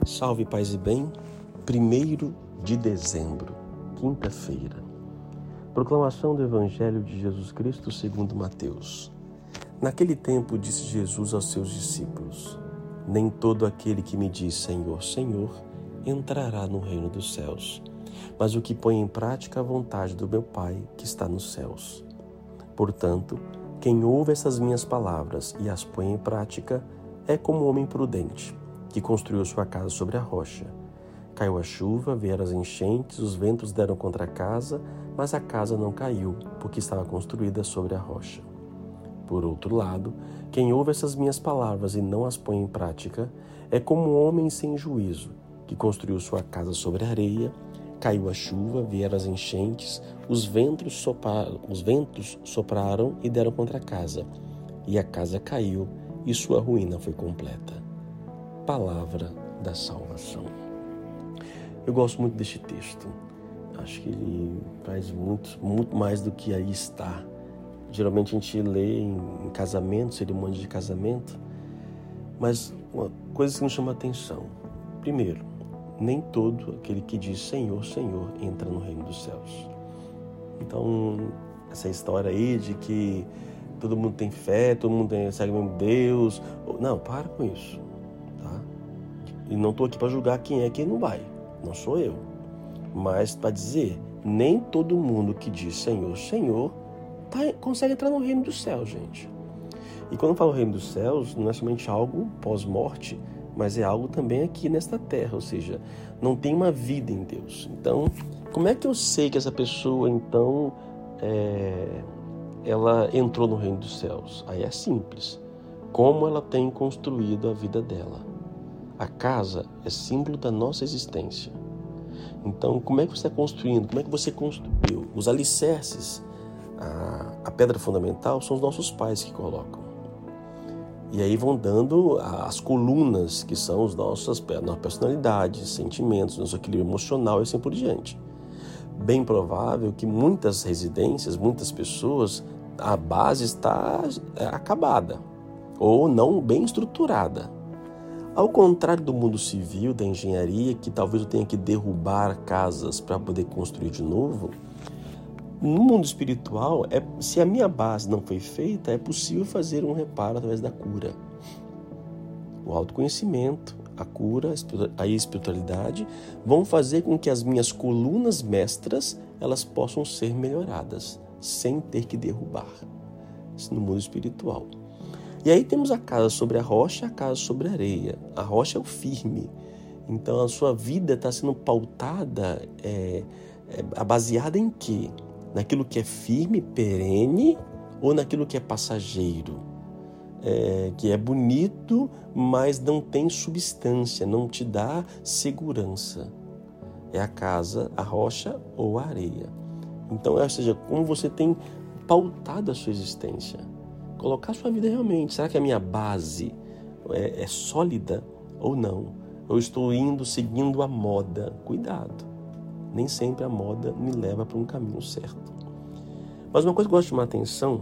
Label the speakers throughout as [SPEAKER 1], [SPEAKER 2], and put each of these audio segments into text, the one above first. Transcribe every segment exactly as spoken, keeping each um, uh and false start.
[SPEAKER 1] Salve, paz e bem. Primeiro de dezembro, quinta-feira. Proclamação do Evangelho de Jesus Cristo segundo Mateus. Naquele tempo disse Jesus aos seus discípulos: Nem todo aquele que me diz Senhor, Senhor, entrará no reino dos céus, mas o que põe em prática a vontade do meu Pai que está nos céus. Portanto, quem ouve essas minhas palavras e as põe em prática é como um homem prudente, que construiu sua casa sobre a rocha. Caiu a chuva, vieram as enchentes, os ventos deram contra a casa, mas a casa não caiu, porque estava construída sobre a rocha. Por outro lado, quem ouve essas minhas palavras e não as põe em prática é como um homem sem juízo, que construiu sua casa sobre a areia. Caiu a chuva, vieram as enchentes, os ventos sopraram, os ventos sopraram e deram contra a casa, e a casa caiu, e sua ruína foi completa. Palavra da salvação. Eu gosto muito deste texto. Acho que ele traz muito, muito mais do que aí está. Geralmente a gente lê em, em casamento, cerimônia de casamento, mas uma coisa que nos chama a atenção. Primeiro, nem todo aquele que diz Senhor, Senhor entra no reino dos céus. Então, essa história aí de que todo mundo tem fé, todo mundo tem, segue o mesmo Deus. Não, para com isso. Tá? E não estou aqui para julgar quem é e quem não vai. Não sou eu. Mas para dizer, nem todo mundo que diz Senhor, Senhor, tá, consegue entrar no reino dos céus, gente. E quando eu falo reino dos céus, não é somente algo pós-morte, mas é algo também aqui nesta terra, ou seja, não tem uma vida em Deus. Então, como é que eu sei que essa pessoa, então, é, ela entrou no reino dos céus? Aí é simples. Como ela tem construído a vida dela. A casa é símbolo da nossa existência. Então, como é que você está construindo? Como é que você construiu? Os alicerces, a, a pedra fundamental, são os nossos pais que colocam. E aí vão dando as colunas, que são as nossas, nossas personalidades, sentimentos, nosso equilíbrio emocional e assim por diante. Bem provável que muitas residências, muitas pessoas, a base está acabada ou não bem estruturada. Ao contrário do mundo civil, da engenharia, que talvez eu tenha que derrubar casas para poder construir de novo, no mundo espiritual, é, se a minha base não foi feita, é possível fazer um reparo através da cura. O autoconhecimento, a cura, a espiritualidade vão fazer com que as minhas colunas mestras elas possam ser melhoradas, sem ter que derrubar. Isso no mundo espiritual. E aí temos a casa sobre a rocha e a casa sobre a areia. A rocha é o firme. Então a sua vida está sendo pautada, é, é, baseada em quê? Naquilo que é firme, perene, ou naquilo que é passageiro, é, que é bonito, mas não tem substância, não te dá segurança. É a casa, a rocha ou a areia. Então, ou seja, como você tem pautado a sua existência. Colocar a sua vida realmente. Será que a minha base é, é sólida ou não? Eu estou indo, seguindo a moda. Cuidado. Nem sempre a moda me leva para um caminho certo. Mas uma coisa que eu gosto de chamar a atenção,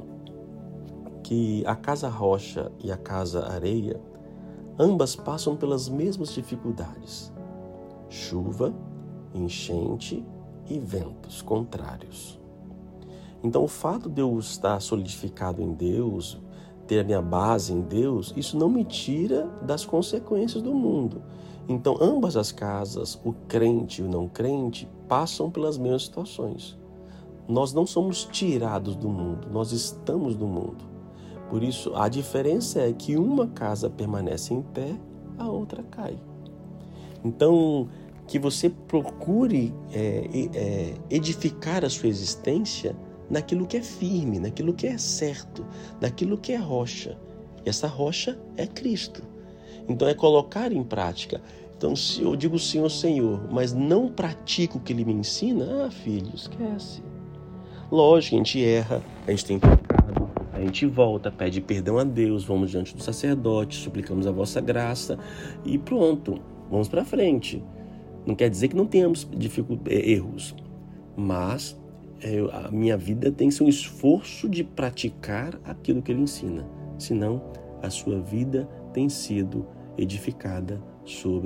[SPEAKER 1] que a casa rocha e a casa areia, ambas passam pelas mesmas dificuldades. Chuva, enchente e ventos contrários. Então o fato de eu estar solidificado em Deus, ter a minha base em Deus, isso não me tira das consequências do mundo. Então, ambas as casas, o crente e o não crente, passam pelas mesmas situações. Nós não somos tirados do mundo, nós estamos no mundo. Por isso, a diferença é que uma casa permanece em pé, a outra cai. Então, que você procure é, é, edificar a sua existência naquilo que é firme, naquilo que é certo, naquilo que é rocha. E essa rocha é Cristo. Então é colocar em prática. Então se eu digo Senhor, Senhor, mas não pratico o que Ele me ensina, ah filho, esquece. Lógico, a gente erra, a gente tem pecado, a gente volta, pede perdão a Deus, vamos diante do sacerdote, suplicamos a vossa graça e pronto, vamos para frente. Não quer dizer que não tenhamos erros, mas a minha vida tem que ser um esforço de praticar aquilo que Ele ensina. Senão, a sua vida tem sido edificada sobre a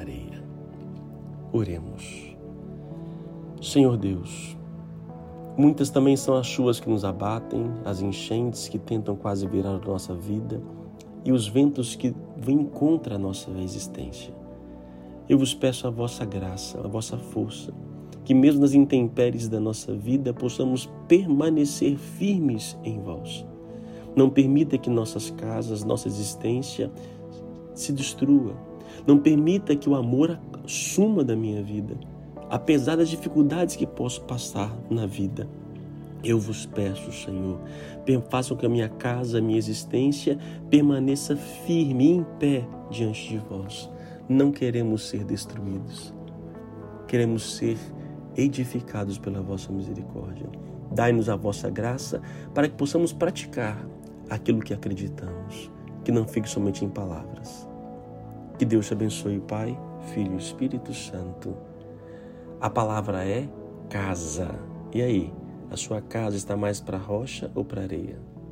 [SPEAKER 1] areia. Oremos. Senhor Deus, muitas também são as chuvas que nos abatem, as enchentes que tentam quase virar a nossa vida e os ventos que vêm contra a nossa existência. Eu vos peço a vossa graça, a vossa força, que mesmo nas intempéries da nossa vida possamos permanecer firmes em vós. Não permita que nossas casas, nossa existência se destrua. Não permita que o amor suma da minha vida, apesar das dificuldades que posso passar na vida. Eu vos peço, Senhor, façam que a minha casa, a minha existência permaneça firme e em pé diante de vós. Não queremos ser destruídos. Queremos ser edificados pela vossa misericórdia. Dai-nos a vossa graça para que possamos praticar aquilo que acreditamos, que não fique somente em palavras. Que Deus te abençoe, Pai, Filho e Espírito Santo. A palavra é casa. E aí, a sua casa está mais para a rocha ou para a areia?